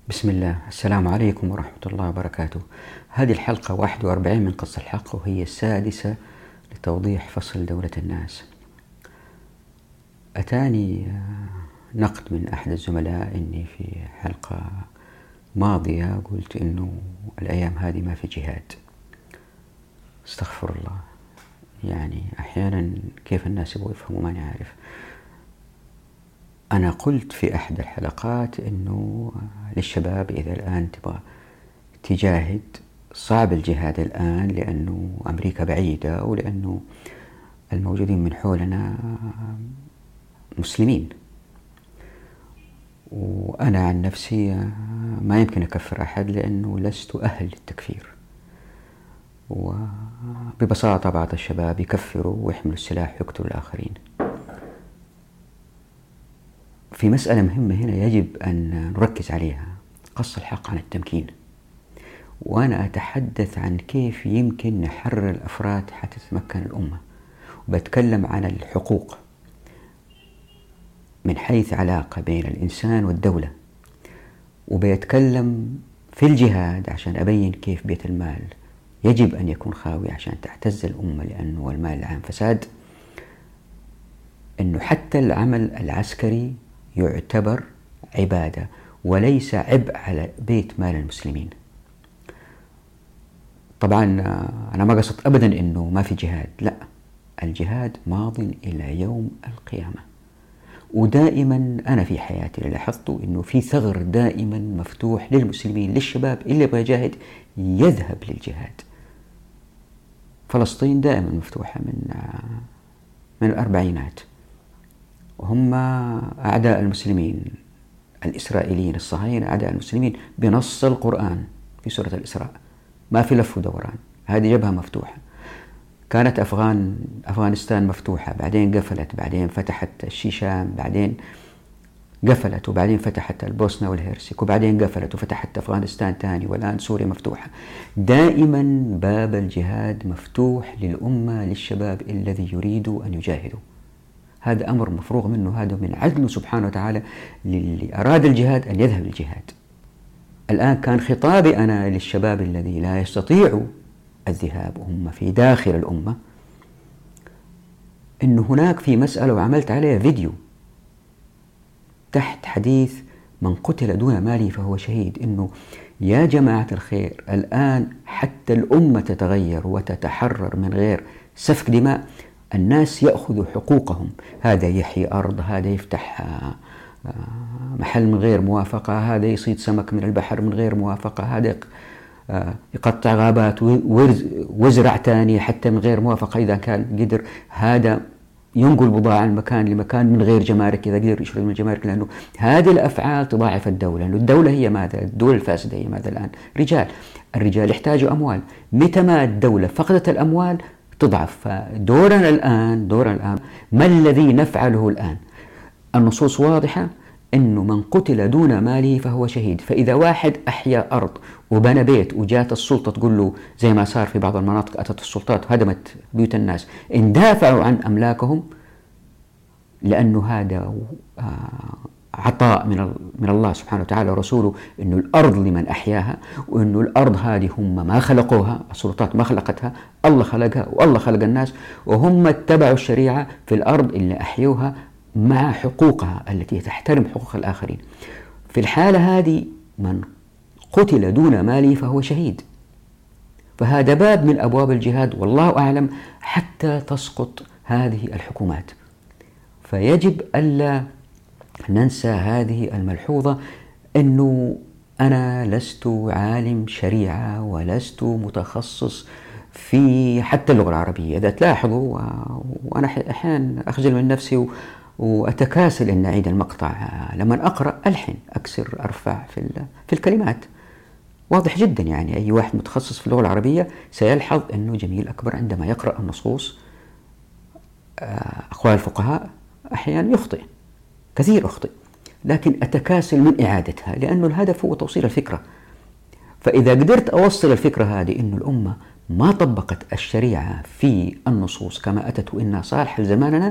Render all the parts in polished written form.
بسم الله، السلام عليكم ورحمة الله وبركاته. هذه الحلقة 41 من قص الحق، وهي السادسة لتوضيح فصل دولة الناس. أتاني نقد من أحد الزملاء إني في حلقة ماضية قلت إنه الأيام هذه ما في جهاد. استغفر الله، يعني أحيانا كيف الناس يبغوا يفهموا ماني عارف. أنا قلت في أحد الحلقات إنه للشباب إذا الآن تبغى تجاهد، صعب الجهاد الآن لأنه أمريكا بعيدة، ولأنه الموجودين من حولنا مسلمين. وأنا عن نفسي ما يمكن أكفر أحد لأنه لست أهل للتكفير. وببساطة بعض الشباب يكفروا ويحملوا السلاح ويقتلوا الآخرين. في مسألة مهمة هنا يجب أن نركز عليها، قص الحق عن التمكين. وأنا أتحدث عن كيف يمكن نحرر الأفراد حتى تتمكن الأمة، وبتكلم عن الحقوق من حيث علاقة بين الإنسان والدولة، وبيتكلم في الجهاد عشان أبين كيف بيت المال يجب أن يكون خاوي عشان تعتز الأمة، لأنه المال العام فساد. أنه حتى العمل العسكري يعتبر عبادة وليس عبء على بيت مال المسلمين. طبعا أنا ما قصدت أبدا أنه ما في جهاد، لا، الجهاد ماض إلى يوم القيامة. ودائما أنا في حياتي لاحظت أنه في ثغر دائما مفتوح للمسلمين، للشباب اللي يبغى يجاهد يذهب للجهاد. فلسطين دائما مفتوحة من الأربعينات، وهم أعداء المسلمين. الإسرائيليين الصهاينة أعداء المسلمين بنص القرآن في سورة الإسراء، ما في لف ودوران. هذه جبهة مفتوحة. كانت أفغانستان مفتوحة، بعدين قفلت، بعدين فتحت الشيشان، بعدين قفلت، وبعدين فتحت البوسنة والهرسك، وبعدين قفلت وفتحت أفغانستان تاني، والآن سوريا مفتوحة. دائما باب الجهاد مفتوح للأمة، للشباب الذي يريدوا أن يجاهدوا. هذا أمر مفروغ منه، هذا من عدله سبحانه وتعالى للي أراد الجهاد أن يذهب للجهاد. الآن كان خطابي أنا للشباب الذي لا يستطيعوا الذهاب وهم في داخل الأمة، إنه هناك في مسألة وعملت عليها فيديو تحت حديث من قتل دون ماله فهو شهيد. إنه يا جماعة الخير، الآن حتى الأمة تتغير وتتحرر من غير سفك دماء. الناس يأخذوا حقوقهم، هذا يحيي أرض، هذا يفتح محل من غير موافقة، هذا يصيد سمك من البحر من غير موافقة، هذا يقطع غابات ويزرع تاني حتى من غير موافقة إذا كان قدر، هذا ينقل بضاعة من مكان لمكان من غير جمارك إذا قدر يشرد من الجمارك. لأنه هذه الأفعال تضاعف الدولة، لأنه الدولة هي ماذا؟ الدولة الفاسدة هي ماذا الآن؟ رجال. الرجال يحتاجوا أموال، متى ما الدولة فقدت الأموال تضعف. فدورنا الآن ما الذي نفعله الآن؟ النصوص واضحة، إنه من قتل دون ماله فهو شهيد. فإذا واحد أحيا أرض وبنى بيت وجات السلطة تقول له، زي ما صار في بعض المناطق، أتت السلطات هدمت بيوت الناس، اندافعوا عن أملاكهم، لأنه هذا عطاء من الله سبحانه وتعالى ورسوله، إنه الأرض لمن أحياها، وإنه الأرض هذه هم ما خلقوها، السلطات ما خلقتها، الله خلقها، والله خلق الناس، وهم اتبعوا الشريعة في الأرض اللي أحيوها مع حقوقها التي تحترم حقوق الآخرين. في الحالة هذه من قتل دون ماله فهو شهيد. فهذا باب من أبواب الجهاد، والله أعلم، حتى تسقط هذه الحكومات. فيجب ألا ننسى هذه الملحوظة، أنه أنا لست عالم شريعة ولست متخصص في حتى اللغة العربية. إذا تلاحظوا، وأنا أحيانا أخجل من نفسي وأتكاسل أن أعيد المقطع، لما أقرأ ألحن، أكسر، أرفع في الكلمات. واضح جدا، يعني أي واحد متخصص في اللغة العربية سيلحظ أنه جميل أكبر عندما يقرأ النصوص أقوال الفقهاء أحيانا يخطئ، كثير أخطئ، لكن أتكاسل من إعادتها، لأنه الهدف هو توصيل الفكرة. فإذا قدرت أوصل الفكرة هذه، أن الأمة ما طبقت الشريعة في النصوص كما أتت وإنها صالحة لزماننا،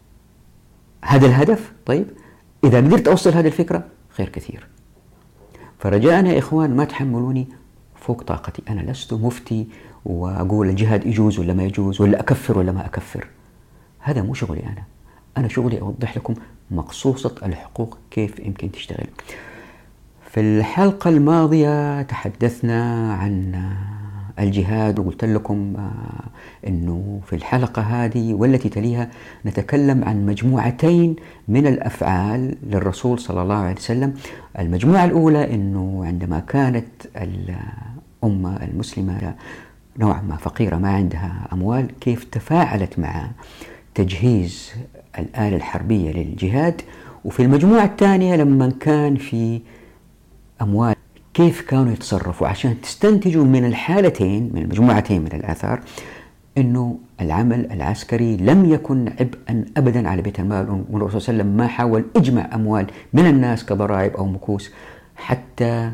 هذا الهدف. طيب، إذا قدرت أوصل هذه الفكرة خير كثير. فرجاءً يا إخوان ما تحملوني فوق طاقتي. أنا لست مفتي وأقول الجهاد يجوز ولا ما يجوز، ولا أكفر ولا ما أكفر. هذا مو شغلي. أنا شغلي أوضح لكم مقصوصة الحقوق كيف يمكن تشتغل. في الحلقة الماضية تحدثنا عن الجهاد، وقلت لكم أنه في الحلقة هذه والتي تليها نتكلم عن مجموعتين من الأفعال للرسول صلى الله عليه وسلم. المجموعة الأولى أنه عندما كانت الأمة المسلمة نوعا ما فقيرة ما عندها أموال، كيف تفاعلت مع تجهيز الآلة الحربية للجهاد. وفي المجموعة الثانية لما كان في أموال كيف كانوا يتصرفوا عشان تستنتجوا من الحالتين، من المجموعتين من الآثار، أنه العمل العسكري لم يكن عبئا أبدا على بيت المال، والرسول صلى الله عليه وسلم ما حاول إجمع أموال من الناس كضرائب أو مكوس حتى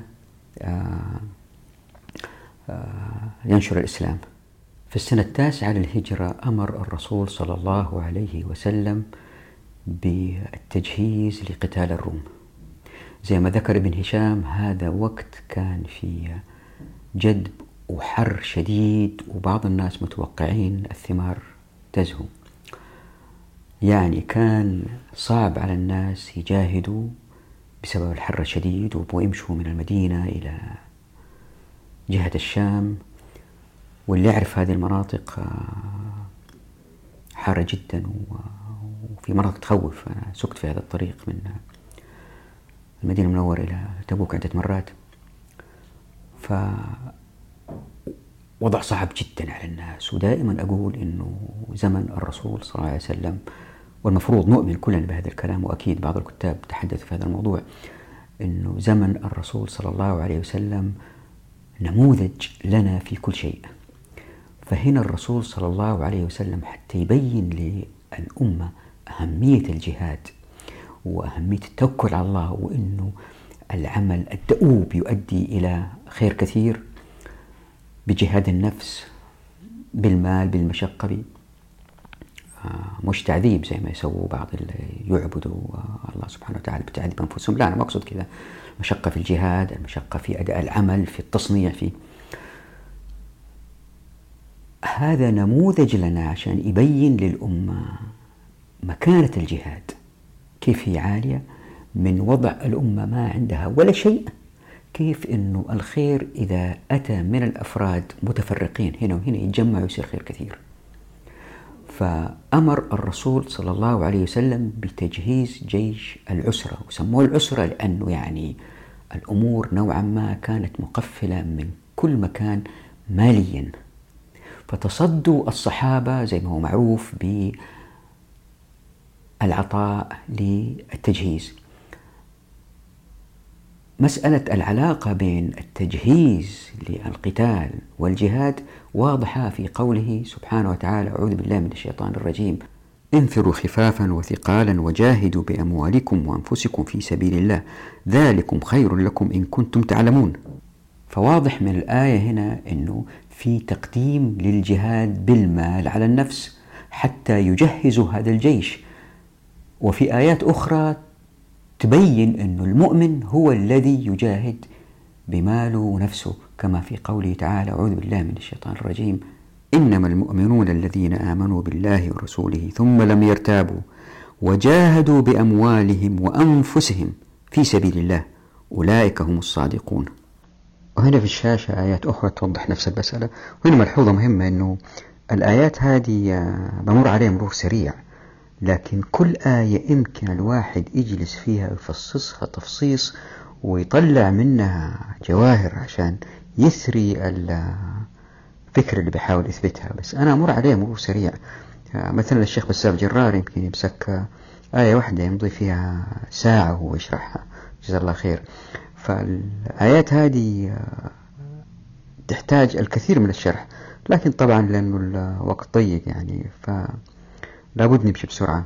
ينشر الإسلام. في السنة 9 للهجرة أمر الرسول صلى الله عليه وسلم بالتجهيز لقتال الروم. زي ما ذكر ابن هشام، هذا وقت كان فيه جدب وحر شديد، وبعض الناس متوقعين الثمار تزهو. يعني كان صعب على الناس يجاهدوا بسبب الحر الشديد، ويمشوا من المدينة إلى جهة الشام. واللي يعرف هذه المناطق حارة جدا، وفي مناطق تخوف. أنا سكت في هذا الطريق من المدينة المنورة إلى تبوك عدة مرات. فوضع صعب جدا على الناس. ودائما أقول إنه زمن الرسول صلى الله عليه وسلم، والمفروض نؤمن كلنا بهذا الكلام، وأكيد بعض الكتاب تحدثوا في هذا الموضوع، إنه زمن الرسول صلى الله عليه وسلم نموذج لنا في كل شيء. فهنا الرسول صلى الله عليه وسلم حتى يبين للأمة أهمية الجهاد وأهمية التوكل على الله، وإنه العمل الدؤوب يؤدي إلى خير كثير بجهاد النفس بالمال بالمشقة، مش تعذيب زي ما يسووا بعض اللي يعبدوا الله سبحانه وتعالى بتعذيب أنفسهم. لا، أنا ما أقصد كذا. مشقة في الجهاد، المشقة في أداء العمل، في التصنيع، في هذا نموذج لنا عشان يبين للأمة مكانة الجهاد، كيف هي عالية من وضع الأمة ما عندها ولا شيء، كيف أنه الخير إذا أتى من الأفراد متفرقين هنا وهنا يتجمع ويصير خير كثير. فأمر الرسول صلى الله عليه وسلم بتجهيز جيش العسرة، وسموه العسرة لأنه يعني الأمور نوعا ما كانت مقفلة من كل مكان ماليا. فتصدوا الصحابة زي ما هو معروف بالعطاء للتجهيز. مسألة العلاقة بين التجهيز للقتال والجهاد واضحة في قوله سبحانه وتعالى: أعوذ بالله من الشيطان الرجيم، انفروا خفافا وثقالا وجاهدوا بأموالكم وأنفسكم في سبيل الله ذلكم خير لكم إن كنتم تعلمون. فواضح من الآية هنا أنه في تقديم للجهاد بالمال على النفس حتى يجهزوا هذا الجيش. وفي آيات أخرى تبين أن المؤمن هو الذي يجاهد بماله ونفسه، كما في قوله تعالى: أعوذ بالله من الشيطان الرجيم، إنما المؤمنون الذين آمنوا بالله ورسوله ثم لم يرتابوا وجاهدوا بأموالهم وأنفسهم في سبيل الله أولئك هم الصادقون. وهنا في الشاشة آيات أخرى توضح نفس المسألة. وهنا ملحوظة مهمة، أنه الآيات هذه بمر عليها مرور سريع، لكن كل آية يمكن الواحد يجلس فيها ويفصصها تفصيص ويطلع منها جواهر عشان يثري الفكرة اللي بيحاول يثبتها. بس أنا أمر عليها مرور سريع. مثلا الشيخ بسام جرار يمكن يمسك آية واحدة يمضي فيها ساعة وهو يشرحها، جزاه الله خير. فالآيات هذه تحتاج الكثير من الشرح، لكن طبعا لأنه الوقت ضيق يعني فلابد نمشي بسرعة.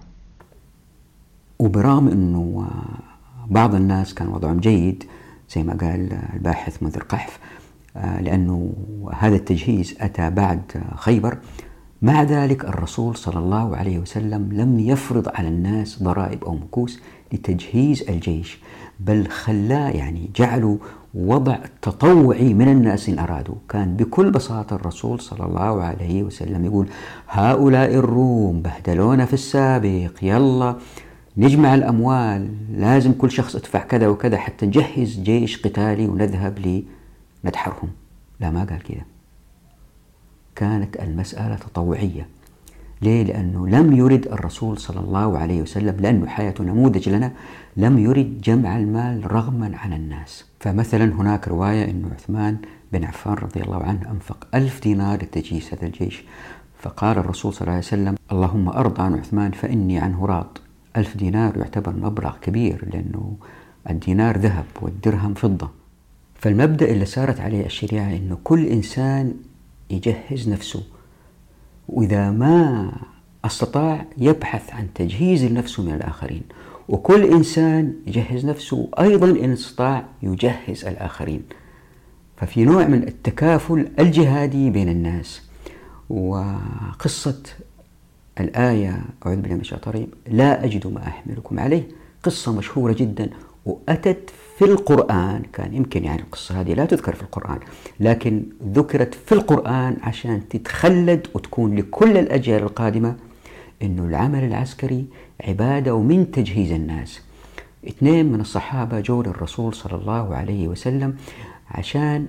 وبرغم أنه بعض الناس كان وضعهم جيد زي ما قال الباحث منذر قحف، لأنه هذا التجهيز أتى بعد خيبر، مع ذلك الرسول صلى الله عليه وسلم لم يفرض على الناس ضرائب أو مكوس لتجهيز الجيش، بل خلاه جعلوا وضع تطوعي من الناس إن أرادوا. كان بكل بساطة الرسول صلى الله عليه وسلم يقول: هؤلاء الروم بهدلونا في السابق، يلا نجمع الأموال، لازم كل شخص ادفع كذا وكذا حتى نجهز جيش قتالي ونذهب لندحرهم. لا، ما قال كذا، كانت المسألة تطوعية. ليه؟ لأنه لم يرد الرسول صلى الله عليه وسلم، لأنه حياته نموذج لنا، لم يرد جمع المال رغما عن الناس. فمثلا هناك رواية أنه عثمان بن عفان رضي الله عنه أنفق 1000 دينار لتجهيز هذا الجيش، فقال الرسول صلى الله عليه وسلم: اللهم أرضى عن عثمان فإني عنه راض. 1000 دينار يعتبر مبلغ كبير، لأنه الدينار ذهب والدرهم فضة. فالمبدأ اللي سارت عليه الشريعة أنه كل إنسان يجهز نفسه، وإذا ما استطاع يبحث عن تجهيز نفسه من الآخرين، وكل إنسان يجهز نفسه أيضا إن استطاع يجهز الآخرين. ففي نوع من التكافل الجهادي بين الناس. وقصة الآية أعوذ بالله من الشيطان الرجيم لا أجد ما أحملكم عليه قصة مشهورة جدا، وأتت في القرآن. كان يمكن القصة هذه لا تذكر في القرآن، لكن ذكرت في القرآن عشان تتخلد وتكون لكل الأجيال القادمة إنه العمل العسكري عبادة ومن تجهيز الناس. 2 من الصحابة جو للرسول صلى الله عليه وسلم عشان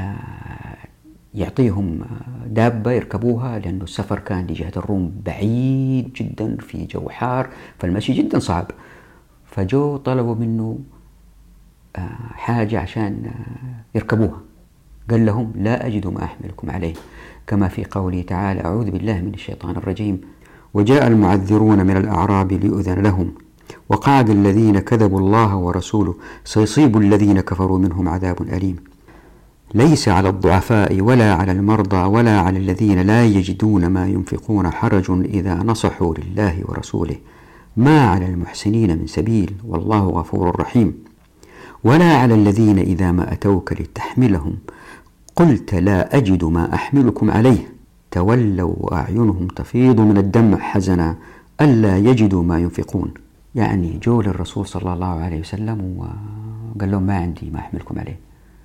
يعطيهم دابة يركبوها، لأنه السفر كان لجهة الروم بعيد جدا في جو حار، فالمشي جدا صعب. فجو طلبوا منه حاجة عشان يركبوها، قال لهم لا أجد ما أحملكم عليه، كما في قوله تعالى أعوذ بالله من الشيطان الرجيم: وجاء المعذرون من الأعراب ليؤذن لهم وقعد الذين كذبوا الله ورسوله سيصيب الذين كفروا منهم عذاب أليم. ليس على الضعفاء ولا على المرضى ولا على الذين لا يجدون ما ينفقون حرج إذا نصحوا لله ورسوله ما على المحسنين من سبيل والله غفور رحيم. ولا على الذين إذا ما أتوك لتحملهم قلت لا أجد ما أحملكم عليه تولوا وأعينهم تفيض من الدمع حزنا ألا يجدوا ما ينفقون. جو للرسول صلى الله عليه وسلم وقال لهم ما عندي ما أحملكم عليه.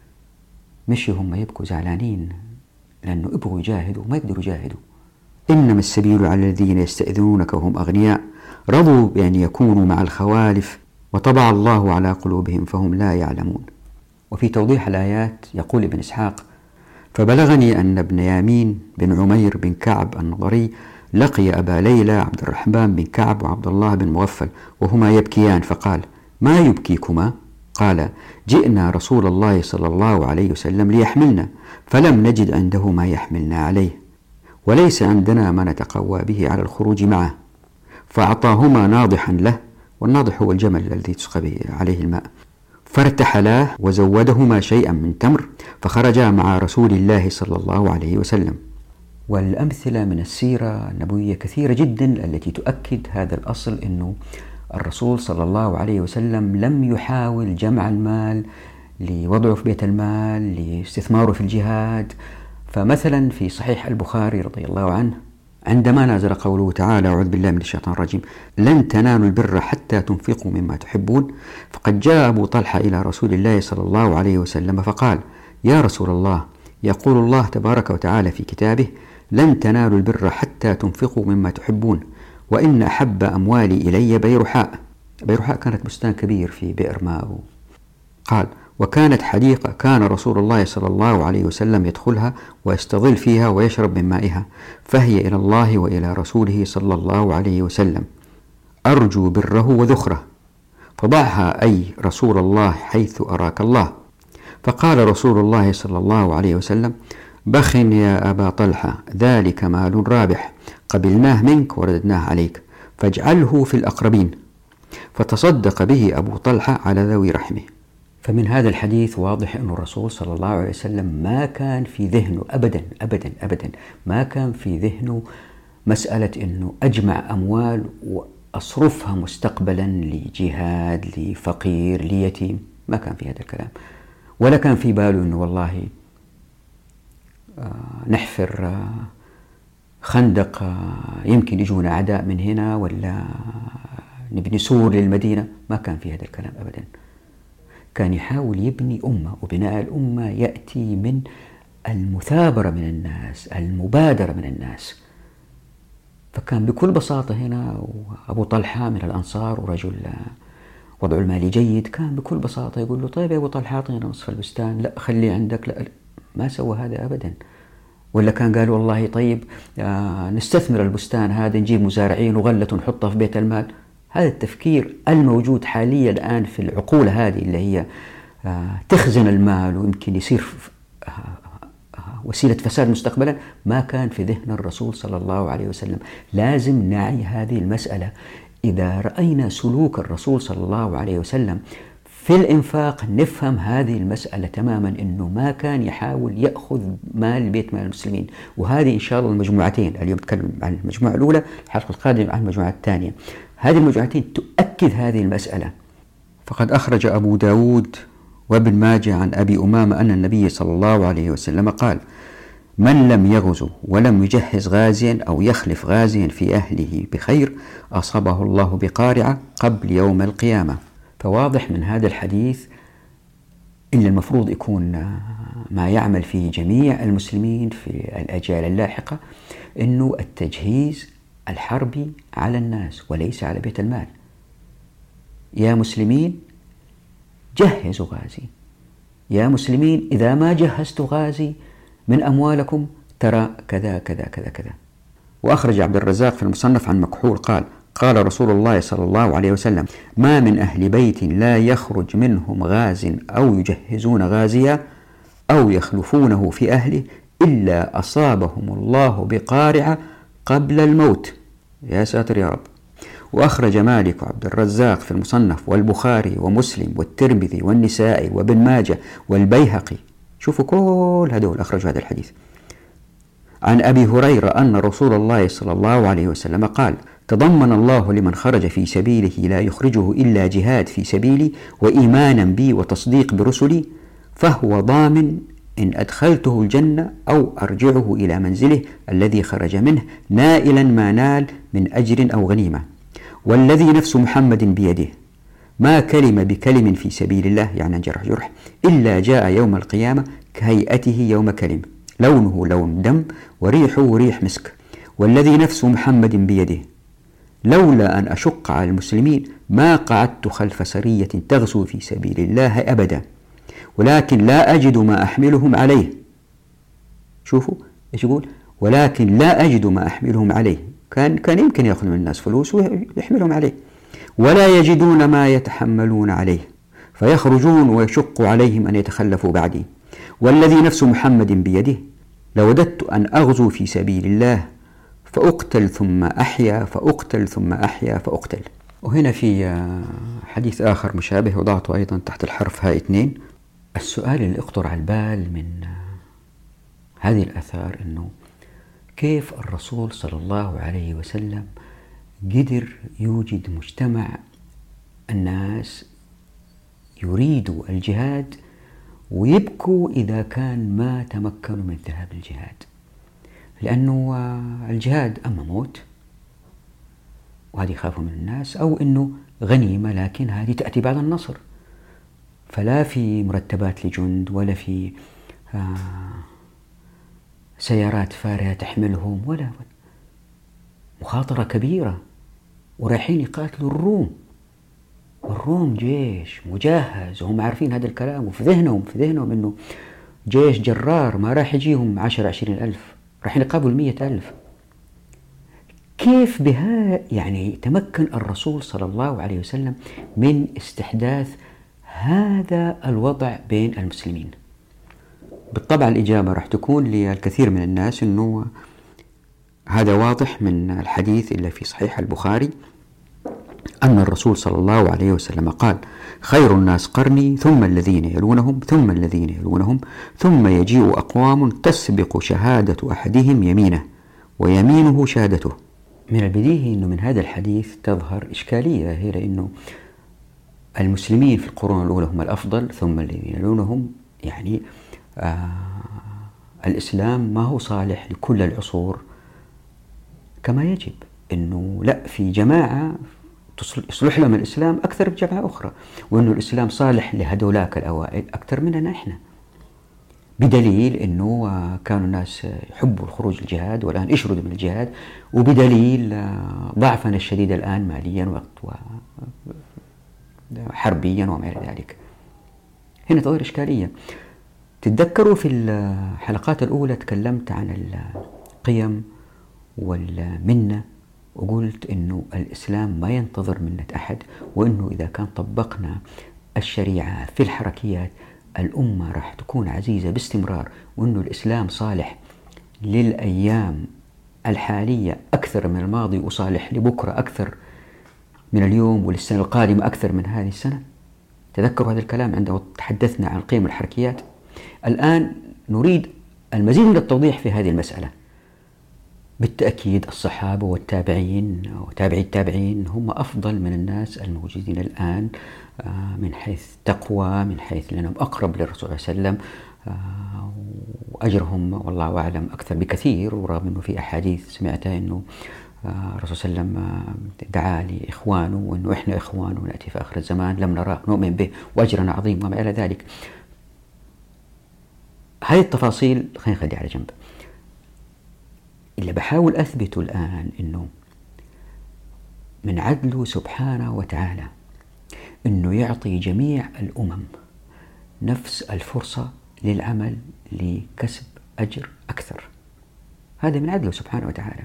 مش هم يبكوا زعلانين لأنه يبغوا يجاهدوا وما يقدروا يجاهدوا. إنما السبيل على الذين يستأذنونك وهم أغنياء رضوا بأن يكونوا مع الخوالف وطبع الله على قلوبهم فهم لا يعلمون. وفي توضيح الآيات يقول ابن إسحاق: فبلغني أن ابن يامين بن عمير بن كعب النضري لقي أبا ليلى عبد الرحمن بن كعب وعبد الله بن مغفل وهما يبكيان، فقال: ما يبكيكما؟ قال: جئنا رسول الله صلى الله عليه وسلم ليحملنا فلم نجد عنده ما يحملنا عليه، وليس عندنا ما نتقوى به على الخروج معه، فأعطاهما ناضحا له، والناضح هو الجمل الذي تسقى عليه الماء، فارتحلاه وزودهما شيئا من تمر فخرجا مع رسول الله صلى الله عليه وسلم. والأمثلة من السيرة النبوية كثيرة جدا التي تؤكد هذا الأصل، أنه الرسول صلى الله عليه وسلم لم يحاول جمع المال لوضعه في بيت المال لاستثماره في الجهاد. فمثلا في صحيح البخاري رضي الله عنه عندما نزل قوله تعالى أعوذ بالله من الشيطان الرجيم: لن تنالوا البر حتى تنفقوا مما تحبون، فقد جاء أبو طلحة إلى رسول الله صلى الله عليه وسلم فقال: يا رسول الله، يقول الله تبارك وتعالى في كتابه: لن تنالوا البر حتى تنفقوا مما تحبون، وإن أحب أموالي إلي بيرحاء. بيرحاء كانت بستان كبير في بئر ماء. قال: وكانت حديقة كان رسول الله صلى الله عليه وسلم يدخلها ويستظل فيها ويشرب من مائها، فهي إلى الله وإلى رسوله صلى الله عليه وسلم، أرجو بره وذخره، فضعها أي رسول الله حيث أراك الله. فقال رسول الله صلى الله عليه وسلم: بخ يا أبا طلحة، ذلك مال رابح قبلناه منك ورددناه عليك، فاجعله في الأقربين. فتصدق به أبو طلحة على ذوي رحمه. فمن هذا الحديث واضح أن الرسول صلى الله عليه وسلم ما كان في ذهنه أبدا أبدا أبدا، ما كان في ذهنه مسألة أنه أجمع أموال وأصرفها مستقبلا لجهاد لفقير ليتيم، ما كان في هذا الكلام. ولا كان في باله أنه والله نحفر خندق يمكن يجونا أعداء من هنا، ولا نبني سور للمدينة. ما كان في هذا الكلام أبدا. كان يحاول يبني أمة، وبناء الأمة يأتي من المثابرة من الناس، المبادرة من الناس. فكان بكل بساطة هنا أبو طلحة من الأنصار ورجل وضعه المالي جيد، كان بكل بساطة يقول له طيب يا أبو طلحة أعطينا نصف البستان، لا خليه عندك، لا ما سوى هذا أبدا. ولا كان قال والله طيب نستثمر البستان هذا، نجيب مزارعين وغلة ونحطها في بيت المال. هذا التفكير الموجود حاليا الآن في العقول هذه اللي هي تخزن المال ويمكن يصير وسيلة فساد مستقبلا، ما كان في ذهن الرسول صلى الله عليه وسلم. لازم نعي هذه المسألة. إذا رأينا سلوك الرسول صلى الله عليه وسلم في الإنفاق نفهم هذه المسألة تماما، أنه ما كان يحاول يأخذ مال بيت مال المسلمين. وهذه إن شاء الله المجموعتين، اليوم نتكلم عن المجموعة الأولى، الحلقة القادمة عن المجموعة الثانية. هذه المجموعتين تؤكد هذه المسألة. فقد أخرج أبو داود وابن ماجه عن أبي أمامة أن النبي صلى الله عليه وسلم قال: من لم يغزو ولم يجهز غازيا أو يخلف غازيا في أهله بخير أصابه الله بقارعة قبل يوم القيامة. فواضح من هذا الحديث إن المفروض يكون ما يعمل فيه جميع المسلمين في الأجيال اللاحقة، إنه التجهيز الحربي على الناس وليس على بيت المال. يا مسلمين جهزوا غازي، يا مسلمين إذا ما جهزتوا غازي من أموالكم ترى كذا كذا كذا كذا. وأخرج عبد الرزاق في المصنف عن مكحول قال: قال رسول الله صلى الله عليه وسلم: ما من أهل بيت لا يخرج منهم غاز أو يجهزون غازيا أو يخلفونه في أهله إلا أصابهم الله بقارعة قبل الموت. يا ساتر يا رب. وأخرج مالك وعبد الرزاق في المصنف والبخاري ومسلم والترمذي والنسائي وابن ماجه والبيهقي، شوفوا كل هذول أخرجوا هذا الحديث، عن أبي هريرة أن رسول الله صلى الله عليه وسلم قال: تضمن الله لمن خرج في سبيله لا يخرجه إلا جهاد في سبيلي وإيمانا بي وتصديق برسلي فهو ضامن إن أدخلته الجنة أو أرجعه إلى منزله الذي خرج منه نائلا ما نال من أجر أو غنيمة. والذي نفس محمد بيده ما كلم بكلم في سبيل الله، يعني جرح إلا جاء يوم القيامة كهيئته يوم كلم، لونه لون دم وريحه ريح مسك. والذي نفس محمد بيده لولا أن أشق على المسلمين ما قعدت خلف سرية تغزو في سبيل الله أبدا، ولكن لا أجد ما أحملهم عليه. شوفوا إيش يقول: ولكن لا أجد ما أحملهم عليه. كان يمكن يأخذ من الناس فلوس ويحملهم عليه، ولا يجدون ما يتحملون عليه فيخرجون ويشق عليهم أن يتخلفوا بعدي. والذي نفس محمد بيده لوددت أن أغزو في سبيل الله فأقتل ثم أحيا فأقتل ثم أحيا فأقتل. وهنا في حديث آخر مشابه وضعته أيضا تحت الحرف هاء 2. السؤال اللي يخطر على البال من هذه الآثار إنه كيف الرسول صلى الله عليه وسلم قدر يوجد مجتمع الناس يريدوا الجهاد ويبكوا إذا كان ما تمكنوا من الذهاب للجهاد، لأنه الجهاد أما موت وهذه يخافوا من الناس، أو أنه غنيمة لكن هذه تأتي بعد النصر، فلا في مرتبات لجند ولا في سيارات فارهة تحملهم ولا مخاطرة كبيرة، ورايحين يقاتلوا الروم، والروم جيش مجهز وهم عارفين هذا الكلام، وفي ذهنهم أنه جيش جرار ما راح يجيهم 10-20 ألف، راح يقابلوا 100 ألف. كيف بها يعني تمكن الرسول صلى الله عليه وسلم من استحداث هذا الوضع بين المسلمين؟ بالطبع الإجابة راح تكون للكثير من الناس أنه هذا واضح من الحديث اللي في صحيح البخاري أن الرسول صلى الله عليه وسلم قال: خير الناس قرني ثم الذين يلونهم ثم الذين يلونهم ثم يجيء أقوام تسبق شهادة أحدهم يمينه ويمينه شهادته. من البديهي أنه من هذا الحديث تظهر إشكالية، هي لأنه المسلمين في القرون الأولى هم الأفضل ثم الذين يلونهم، يعني الإسلام ما هو صالح لكل العصور كما يجب. أنه لا، في جماعة يصلح لهم الإسلام أكثر من جماعة أخرى، وأنه الإسلام صالح لهذولاك الأوائل أكثر مننا إحنا، بدليل أنه كانوا الناس يحبوا الخروج للجهاد والآن يشردوا من الجهاد، وبدليل ضعفنا الشديد الآن ماليا وحربيا وما إلى ذلك. هنا تظهر إشكالية. تتذكروا في الحلقات الأولى تكلمت عن القيم والمنة، وقلت أنه الإسلام ما ينتظر منة أحد، وأنه إذا كان طبقنا الشريعة في الحركيات الأمة راح تكون عزيزة باستمرار، وأنه الإسلام صالح للأيام الحالية أكثر من الماضي، وصالح لبكرة أكثر من اليوم، وللسنة القادمة أكثر من هذه السنة. تذكروا هذا الكلام عندما تحدثنا عن قيم الحركيات. الآن نريد المزيد من التوضيح في هذه المسألة. بالتأكيد الصحابة والتابعين وتابعي التابعين هم أفضل من الناس الموجودين الآن من حيث تقوى، من حيث أنهم أقرب للرسول صلى الله عليه وسلم، وأجرهم والله أعلم أكثر بكثير. ورغم أنه في أحاديث سمعتها أنه الرسول صلى الله عليه وسلم دعا لإخوانه، وأنه إحنا إخوان ونأتي في آخر الزمان لم نراه نؤمن به وأجرنا عظيم وما إلى ذلك. هذه التفاصيل خلينا نخليها على جنب. اللي بحاول أثبته الآن أنه من عدله سبحانه وتعالى أنه يعطي جميع الأمم نفس الفرصة للعمل لكسب أجر أكثر. هذا من عدله سبحانه وتعالى.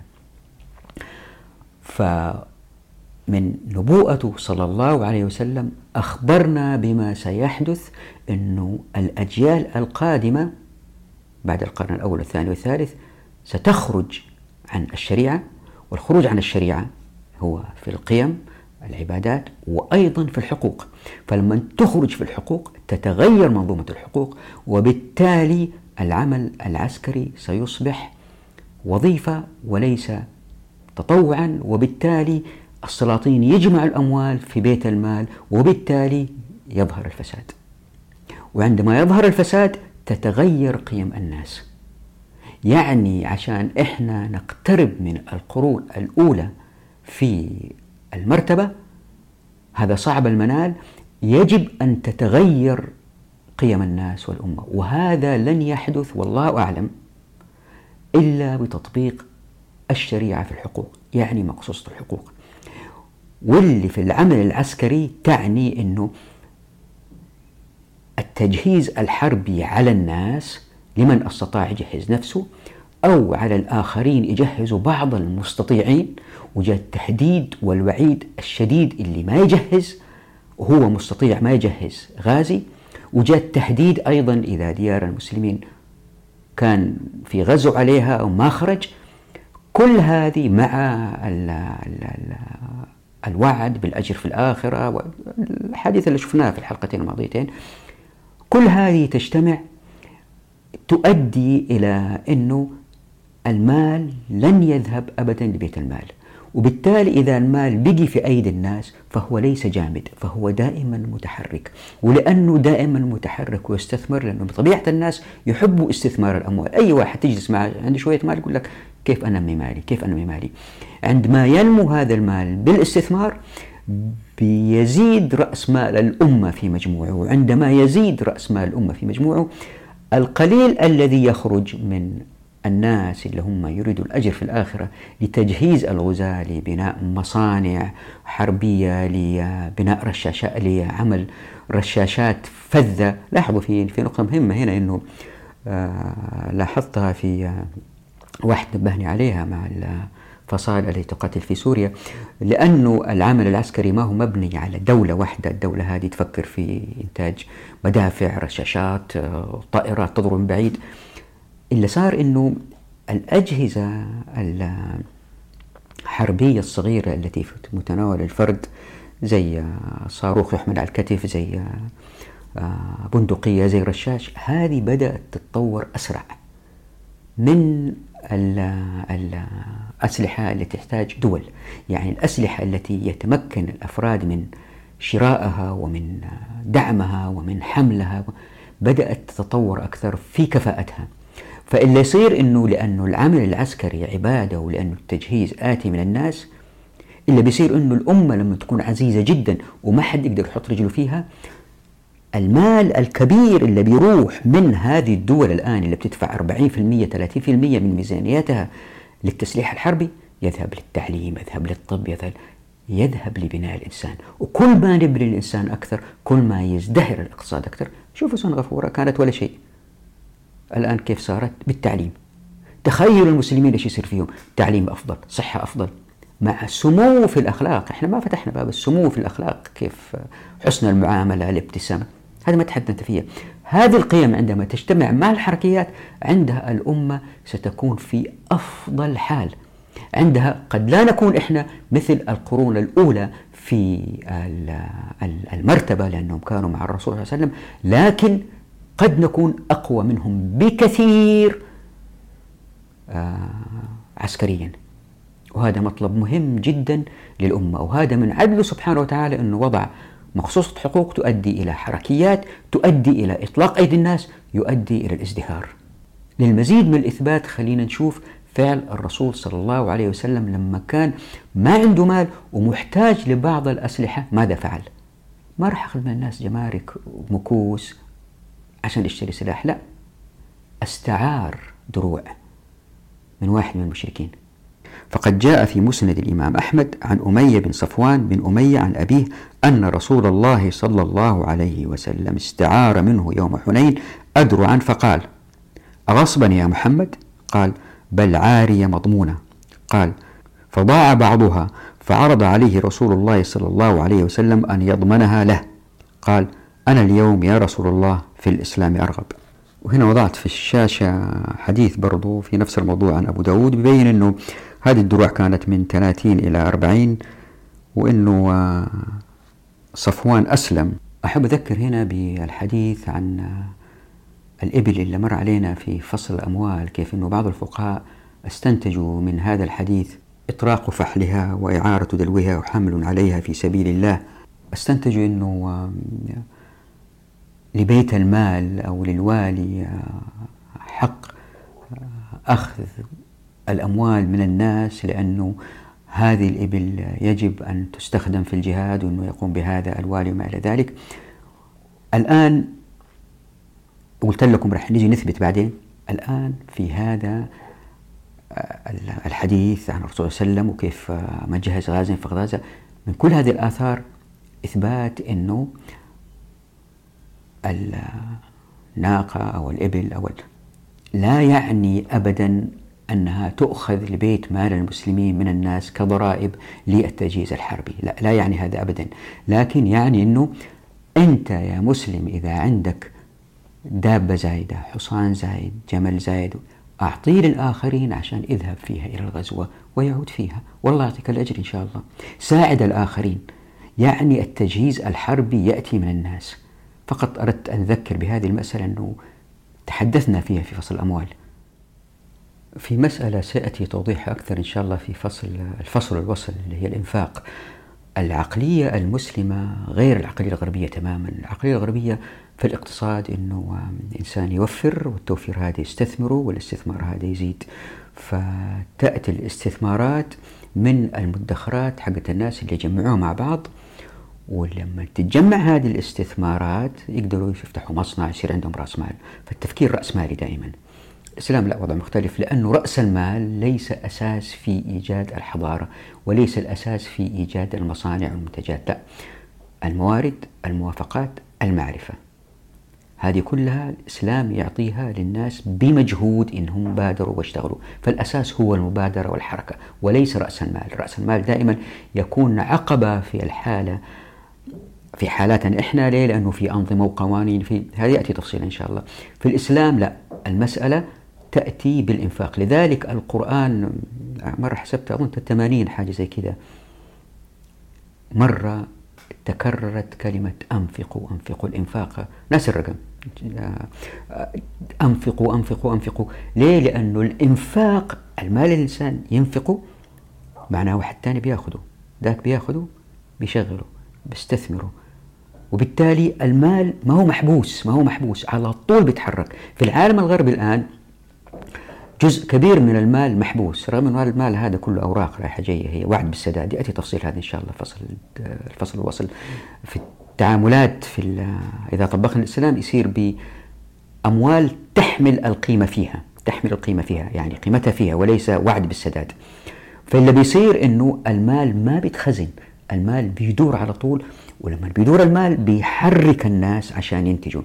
فمن نبوءته صلى الله عليه وسلم أخبرنا بما سيحدث، أنه الأجيال القادمة بعد القرن الأول والثاني والثالث ستخرج عن الشريعة، والخروج عن الشريعة هو في القيم العبادات وأيضا في الحقوق. فلما تخرج في الحقوق تتغير منظومة الحقوق، وبالتالي العمل العسكري سيصبح وظيفة وليس تطوعا، وبالتالي السلاطين يجمع الأموال في بيت المال، وبالتالي يظهر الفساد. وعندما يظهر الفساد تتغير قيم الناس. يعني عشان إحنا نقترب من القرون الأولى في المرتبة، هذا صعب المنال، يجب أن تتغير قيم الناس والأمة، وهذا لن يحدث والله أعلم إلا بتطبيق الشريعة في الحقوق، يعني مقصوصة الحقوق. واللي في العمل العسكري تعني أنه التجهيز الحربي على الناس لمن استطاع يجهز نفسه، أو على الآخرين يجهزوا بعض المستطيعين، وجاء التحديد والوعيد الشديد اللي ما يجهز وهو مستطيع ما يجهز غازي، وجاء التحديد أيضا إذا ديار المسلمين كان في غزو عليها أو ما خرج. كل هذه مع الوعد بالأجر في الآخرة والحديث اللي شفناه في الحلقتين الماضيتين، كل هذه تجتمع تؤدي إلى أنه المال لن يذهب أبدا لبيت المال، وبالتالي إذا المال بقي في أيدي الناس فهو ليس جامد، فهو دائما متحرك. ولأنه دائما متحرك ويستثمر، لأنه بطبيعة الناس يحبوا استثمار الأموال. أي واحد تجلس معه عنده شوية مال يقول لك كيف أنمي مالي، كيف أنمي مالي. عندما ينمو هذا المال بالاستثمار بيزيد رأس مال الأمة في مجموعه، وعندما يزيد رأس مال الأمة في مجموعه القليل الذي يخرج من الناس اللي هم يريدوا الأجر في الآخرة لتجهيز الغزاة لبناء مصانع حربية، لبناء رشاشات، لعمل رشاشات فذة. لاحظوا في نقطة مهمة هنا، إنه لاحظتها في واحد نبهني عليها مع الفصائل التي تقاتل في سوريا، لأنه العمل العسكري ما هو مبني على دولة واحدة. الدولة هذه تفكر في إنتاج مدافع، رشاشات، طائرات تضرب من بعيد. اللي صار إنه الأجهزة الحربية الصغيرة التي في متناول الفرد، زي صاروخ يحمل على الكتف، زي بندقية، زي رشاش، هذه بدأت تتطور أسرع من الأسلحة التي تحتاج دول. يعني الأسلحة التي يتمكن الأفراد من شرائها ومن دعمها ومن حملها بدأت تتطور أكثر في كفاءتها. فإلا يصير إنه لأنه العمل العسكري عبادة ولأنه التجهيز آتي من الناس، إلا بيصير إنه الأمة لما تكون عزيزة جدا وما حد يقدر يحط رجله فيها، المال الكبير اللي بيروح من هذه الدول الآن اللي بتدفع 40% 30% من ميزانياتها للتسليح الحربي يذهب للتعليم، يذهب للطب، يذهب لبناء الإنسان. وكل ما نبني الإنسان أكثر كل ما يزدهر الاقتصاد أكثر. شوفوا سنغافورة كانت ولا شيء، الآن كيف صارت بالتعليم. تخيلوا المسلمين ايش يصير فيهم، تعليم أفضل، صحة أفضل، مع سمو في الأخلاق. احنا ما فتحنا باب السمو في الأخلاق، كيف حسن المعاملة، الابتسامة، هذا ما تحدثنا فيه. هذه القيم عندما تجتمع مع الحركيات عندها الأمة ستكون في أفضل حال. عندها قد لا نكون إحنا مثل القرون الأولى في المرتبة لأنهم كانوا مع الرسول صلى الله عليه وسلم، لكن قد نكون أقوى منهم بكثير عسكريا. وهذا مطلب مهم جدا للأمة، وهذا من عدله سبحانه وتعالى أنه وضع مخصوصة حقوق تؤدي إلى حركيات، تؤدي إلى إطلاق أيدي الناس، يؤدي إلى الازدهار. للمزيد من الإثبات خلينا نشوف فعل الرسول صلى الله عليه وسلم لما كان ما عنده مال ومحتاج لبعض الأسلحة. ماذا فعل؟ ما راح أخذ من الناس جمارك ومكوس عشان يشتري سلاح، لا، استعار دروع من واحد من المشركين. فقد جاء في مسند الإمام أحمد عن أمية بن صفوان بن أمية عن أبيه أن رسول الله صلى الله عليه وسلم استعار منه يوم حنين أدرعا فقال: أغصبا يا محمد؟ قال: بل عارية مضمونة. قال: فضاع بعضها، فعرض عليه رسول الله صلى الله عليه وسلم أن يضمنها له. قال: أنا اليوم يا رسول الله في الإسلام أرغب. وهنا وضعت في الشاشة حديث برضو في نفس الموضوع عن أبو داود بيبين أنه هذه الدروع كانت من 30 إلى 40، وأنه صفوان أسلم. أحب أذكر هنا بالحديث عن الإبل اللي مر علينا في فصل الأموال، كيف أنه بعض الفقهاء استنتجوا من هذا الحديث إطراق فحلها وإعارة دلوها وحمل عليها في سبيل الله. استنتجوا أنه لبيت المال أو للوالي حق أخذ الأموال من الناس، لأنه هذه الإبل يجب أن تستخدم في الجهاد وأنه يقوم بهذا الوالي وما إلى ذلك. الآن قلت لكم رح نجي نثبت بعدين. الآن في هذا الحديث عن الرسول صلى الله عليه وسلم وكيف ما جهز غازٍ فغزا، من كل هذه الآثار إثبات أنه الناقة أو الإبل لا يعني أبدا أنها تؤخذ لبيت مال المسلمين من الناس كضرائب للتجهيز الحربي، لا يعني هذا أبدا. لكن يعني أنه أنت يا مسلم إذا عندك دابة زايدة، حصان زايد، جمل زايد، أعطيه للآخرين عشان اذهب فيها إلى الغزوة ويعود فيها، والله يعطيك الأجر إن شاء الله. ساعد الآخرين، يعني التجهيز الحربي يأتي من الناس. فقط أردت أن أذكر بهذه المسألة أنه تحدثنا فيها في فصل الأموال. في مسألة سيأتي توضيحها أكثر إن شاء الله في الفصل الوصل اللي هي الإنفاق. العقلية المسلمة غير العقلية الغربية تماما. العقلية الغربية في الاقتصاد أنه الإنسان يوفر، والتوفير هذا يستثمره، والاستثمار هذا يزيد. فتأتي الاستثمارات من المدخرات حقت الناس اللي يجمعوها مع بعض، ولما تتجمع هذه الاستثمارات يقدروا يفتحوا مصنع، يصير عندهم رأس مال. فالتفكير رأس مالي دائما. الإسلام لا، وضع مختلف، لأنه رأس المال ليس أساس في إيجاد الحضارة، وليس الأساس في إيجاد المصانع والمنتجات، لا، الموارد، الموافقات، المعرفة، هذه كلها الإسلام يعطيها للناس بمجهود إنهم بادروا واشتغلوا. فالأساس هو المبادرة والحركة وليس رأس المال. رأس المال دائما يكون عقبة في حالاتنا إحنا، ليه؟ لأنه في أنظمة وقوانين، في هذه يأتي تفصيلا إن شاء الله. في الإسلام لا، المسألة تأتي بالإنفاق. لذلك القرآن مرة حسبت أظن 80 حاجة زي كذا مرة تكررت كلمة أنفقوا أنفقوا. الإنفاق ناس الرقم، أنفقوا أنفقوا أنفقوا. ليه؟ لأنه الإنفاق المال الإنسان ينفقه معناه واحد تاني بياخده، ذاك بياخده بيشغله بيستثمره، وبالتالي المال ما هو محبوس على طول بيتحرك. في العالم الغربي الآن جزء كبير من المال محبوس، رغم أن المال هذا كله أوراق رايحة جاية، هي وعد بالسداد. يأتي تفصيل هذا إن شاء الله الفصل الوصل في التعاملات إذا طبقنا الإسلام يصير بأموال تحمل القيمة فيها، يعني قيمتها فيها وليس وعد بالسداد. فاللي بيصير إنه المال ما بيتخزن، المال بيدور على طول، ولما بيدور المال بيحرك الناس عشان ينتجوا.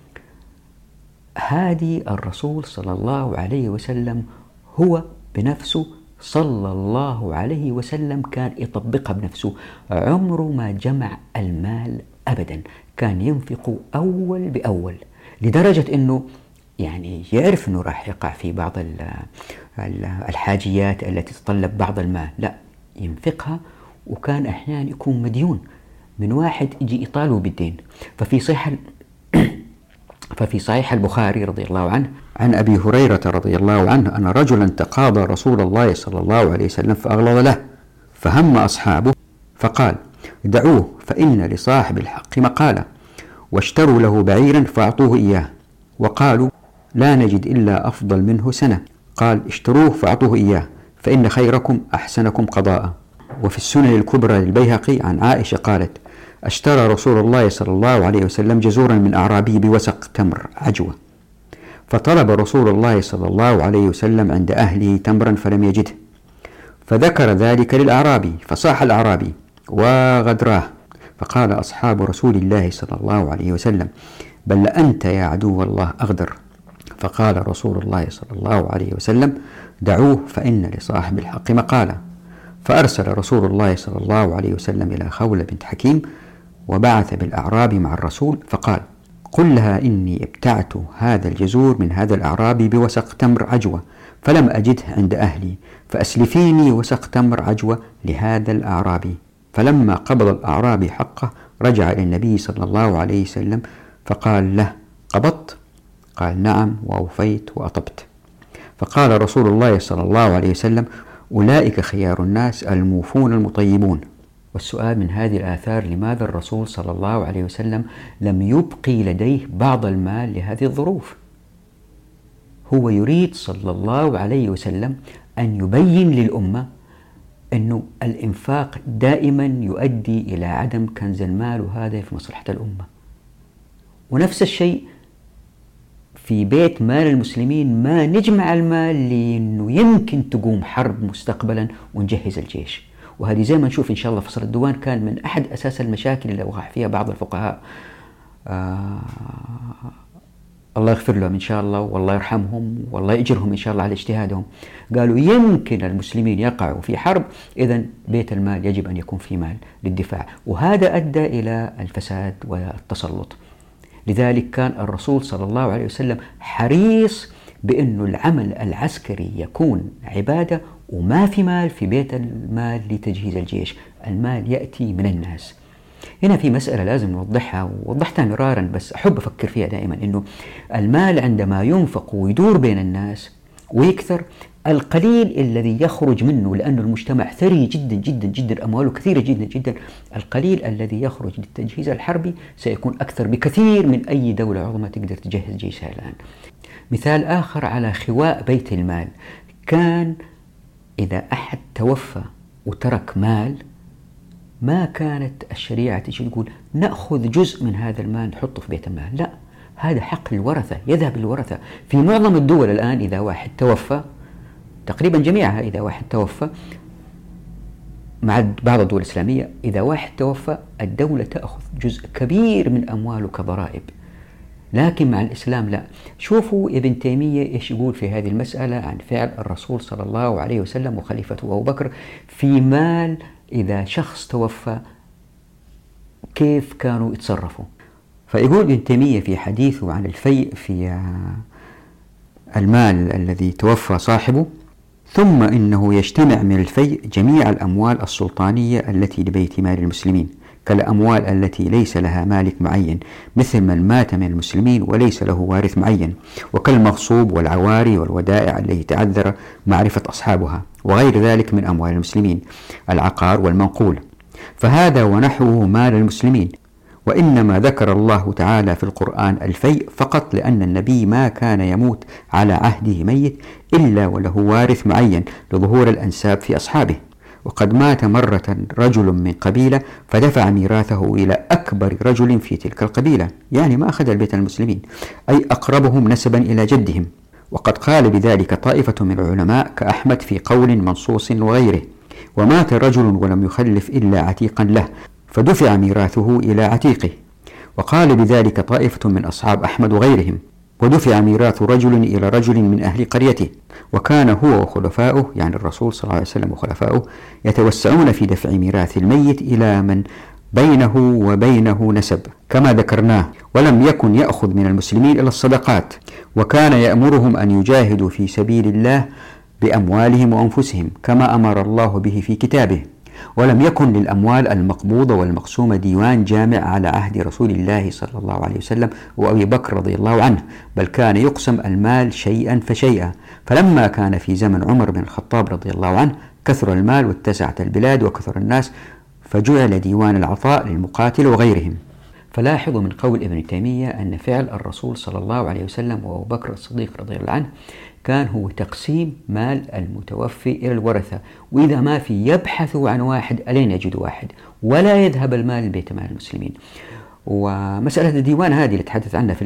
هذه الرسول صلى الله عليه وسلم هو بنفسه صلى الله عليه وسلم كان يطبقها بنفسه، عمره ما جمع المال أبدا، كان ينفق أول بأول، لدرجة أنه يعني يعرف أنه راح يقع في بعض الحاجيات التي تتطلب بعض المال، لا ينفقها. وكان أحيانا يكون مديون من واحد يجي يطالبه بالدين. ففي صحيح البخاري رضي الله عنه عن أبي هريرة رضي الله عنه أن رجلا تقاضى رسول الله صلى الله عليه وسلم فأغلظ له، فهم أصحابه فقال: دعوه فإن لصاحب الحق مقالة، واشتروا له بعيرا فأعطوه إياه، وقالوا: لا نجد إلا أفضل منه سنة. قال: اشتروه فأعطوه إياه، فإن خيركم أحسنكم قضاء. وفي السنن الكبرى للبيهقي عن عائشة قالت: اشترى رسول الله صلى الله عليه وسلم جزورا من أعرابي بوسق تمر عجوة، فطلب رسول الله صلى الله عليه وسلم عند أهله تمرا فلم يجده، فذكر ذلك للأعرابي، فصاح الأعرابي وغدراه، فقال أصحاب رسول الله صلى الله عليه وسلم: بل أنت يا عدو الله أغدر. فقال رسول الله صلى الله عليه وسلم: دعوه فإن لصاحب الحق مقالة. فأرسل رسول الله صلى الله عليه وسلم إلى خولة بنت حكيم، وبعث بالأعراب مع الرسول، فقال: قل لها إني ابتعت هذا الجزور من هذا الأعرابي بوسق تمر عجوة، فلم أجده عند أهلي، فأسلفيني وسق تمر عجوة لهذا الأعرابي. فلما قبض الأعرابي حقه رجع إلى النبي صلى الله عليه وسلم فقال له: قبضت؟ قال: نعم، وأوفيت وأطبت. فقال رسول الله صلى الله عليه وسلم: أولئك خيار الناس الموفون المطيبون. والسؤال من هذه الآثار: لماذا الرسول صلى الله عليه وسلم لم يبقي لديه بعض المال لهذه الظروف؟ هو يريد صلى الله عليه وسلم أن يبين للأمة أنه الإنفاق دائما يؤدي إلى عدم كنز المال، وهذا في مصلحة الأمة. ونفس الشيء في بيت مال المسلمين، ما نجمع المال لأنه يمكن تقوم حرب مستقبلا ونجهز الجيش. وهذه زي ما نشوف إن شاء الله فصل الديوان كان من أحد أساس المشاكل اللي وقع فيها بعض الفقهاء، الله يغفر لهم إن شاء الله والله يرحمهم والله يجرهم إن شاء الله على اجتهادهم. قالوا يمكن المسلمين يقعوا في حرب، إذن بيت المال يجب أن يكون في مال للدفاع، وهذا أدى إلى الفساد والتسلط. لذلك كان الرسول صلى الله عليه وسلم حريص بأنه العمل العسكري يكون عبادة، وما في مال في بيت المال لتجهيز الجيش، المال يأتي من الناس. هنا في مسألة لازم نوضحها، ووضحتها مرارا بس أحب أفكر فيها دائما، أنه المال عندما ينفق ويدور بين الناس ويكثر، القليل الذي يخرج منه، لأن المجتمع ثري جدا جدا جدا، أمواله كثيرة جدا جدا، القليل الذي يخرج للتجهيز الحربي سيكون أكثر بكثير من أي دولة عظمى تقدر تجهز جيشها الآن. مثال آخر على خواء بيت المال، كان إذا أحد توفى وترك مال، ما كانت الشريعة تجي تقول نأخذ جزء من هذا المال نحطه في بيت المال، لا، هذا حق الورثة، يذهب للورثة. في معظم الدول الآن إذا واحد توفى، تقريبا جميعها إذا واحد توفى، مع بعض الدول الإسلامية إذا واحد توفى الدولة تأخذ جزء كبير من أمواله كضرائب. لكن مع الإسلام لا. شوفوا ابن تيمية إيش يقول في هذه المسألة عن فعل الرسول صلى الله عليه وسلم وخليفته أبو بكر في مال إذا شخص توفى، كيف كانوا يتصرفوا. فيقول ابن تيمية في حديثه عن الفيء في المال الذي توفى صاحبه: ثم إنه يجتمع من الفيء جميع الأموال السلطانية التي لبيت مال المسلمين، كالأموال التي ليس لها مالك معين، مثل من مات من المسلمين وليس له وارث معين، وكالمغصوب والعواري والودائع التي تعذر معرفة أصحابها، وغير ذلك من أموال المسلمين، العقار والمنقول، فهذا ونحوه مال المسلمين. وإنما ذكر الله تعالى في القرآن الفيء فقط لأن النبي ما كان يموت على عهده ميت إلا وله وارث معين لظهور الأنساب في أصحابه. وقد مات مرة رجل من قبيلة فدفع ميراثه إلى أكبر رجل في تلك القبيلة، يعني ما أخذ البيت المسلمين، أي أقربهم نسبا إلى جدهم. وقد قال بذلك طائفة من العلماء كأحمد في قول منصوص وغيره. ومات رجل ولم يخلف إلا عتيقا له فدفع ميراثه إلى عتيقه. وقال بذلك طائفة من أصحاب أحمد وغيرهم، ودفع ميراث رجل إلى رجل من أهل قريته. وكان هو وخلفاؤه، يعني الرسول صلى الله عليه وسلم وخلفاؤه، يتوسعون في دفع ميراث الميت إلى من بينه وبينه نسب كما ذكرناه، ولم يكن يأخذ من المسلمين إلا الصدقات، وكان يأمرهم أن يجاهدوا في سبيل الله بأموالهم وأنفسهم كما أمر الله به في كتابه. ولم يكن للأموال المقبوضة والمقسومة ديوان جامع على عهد رسول الله صلى الله عليه وسلم وأبي بكر رضي الله عنه، بل كان يقسم المال شيئا فشيئا. فلما كان في زمن عمر بن الخطاب رضي الله عنه كثر المال واتسعت البلاد وكثر الناس، فجعل ديوان العطاء للمقاتل وغيرهم. فلاحظوا من قول ابن تيمية أن فعل الرسول صلى الله عليه وسلم وأبو بكر الصديق رضي الله عنه كان هو تقسيم مال المتوفي إلى الورثة، وإذا ما في يبحثوا عن واحد ألين يجدوا واحد، ولا يذهب المال لبيت مال المسلمين. ومسألة الديوان هذه اللي تحدث عنها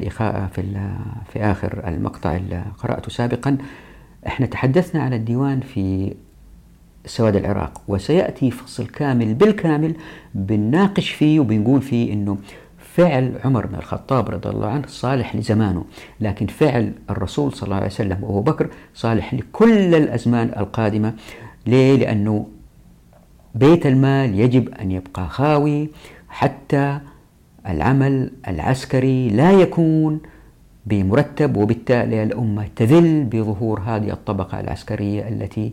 في آخر المقطع اللي قرأته سابقا، احنا تحدثنا عن الديوان في سواد العراق، وسيأتي فصل كامل بالكامل بنناقش فيه وبنقول فيه إنه فعل عمر بن الخطاب رضي الله عنه صالح لزمانه، لكن فعل الرسول صلى الله عليه وسلم وأبو بكر صالح لكل الأزمان القادمة. ليه؟ لأنه بيت المال يجب أن يبقى خاوي حتى العمل العسكري لا يكون بمرتب، وبالتالي الأمة تذل بظهور هذه الطبقة العسكرية التي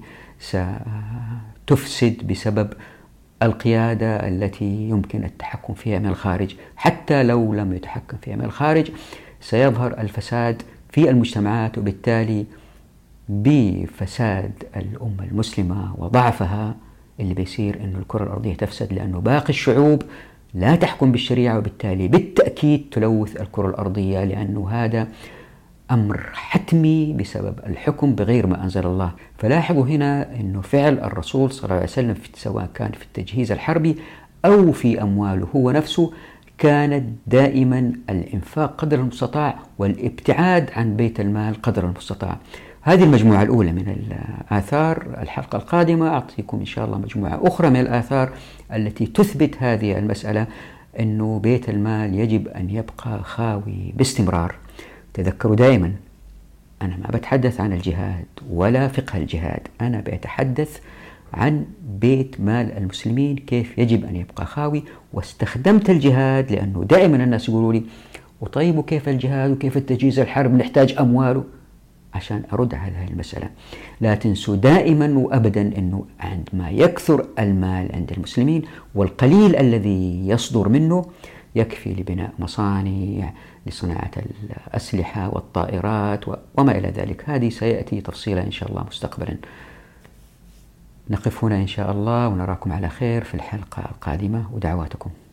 ستفسد بسبب القيادة التي يمكن التحكم فيها من الخارج. حتى لو لم يتحكم فيها من الخارج سيظهر الفساد في المجتمعات، وبالتالي بفساد الأمة المسلمة وضعفها اللي بيصير أن الكرة الأرضية تفسد، لأنه باقي الشعوب لا تحكم بالشريعة، وبالتالي بالتأكيد تلوث الكرة الأرضية، لأنه هذا أمر حتمي بسبب الحكم بغير ما أنزل الله. فلاحظوا هنا أنه فعل الرسول صلى الله عليه وسلم سواء كان في التجهيز الحربي أو في أمواله هو نفسه كانت دائما الإنفاق قدر المستطاع والابتعاد عن بيت المال قدر المستطاع. هذه المجموعة الأولى من الآثار. الحلقة القادمة أعطيكم إن شاء الله مجموعة أخرى من الآثار التي تثبت هذه المسألة، أنه بيت المال يجب أن يبقى خاوي باستمرار. تذكروا دائما أنا ما بتحدث عن الجهاد ولا فقه الجهاد، أنا بتحدث عن بيت مال المسلمين كيف يجب أن يبقى خاوي. واستخدمت الجهاد لأنه دائما الناس يقولوا لي وطيب وكيف الجهاد وكيف التجهيز الحرب نحتاج أمواله، عشان أرد على هذه المسألة. لا تنسوا دائما وأبدا أنه عندما يكثر المال عند المسلمين والقليل الذي يصدر منه يكفي لبناء مصانع لصناعة الأسلحة والطائرات وما إلى ذلك. هذه سيأتي تفصيلا إن شاء الله مستقبلا. نقف هنا إن شاء الله ونراكم على خير في الحلقة القادمة، ودعواتكم.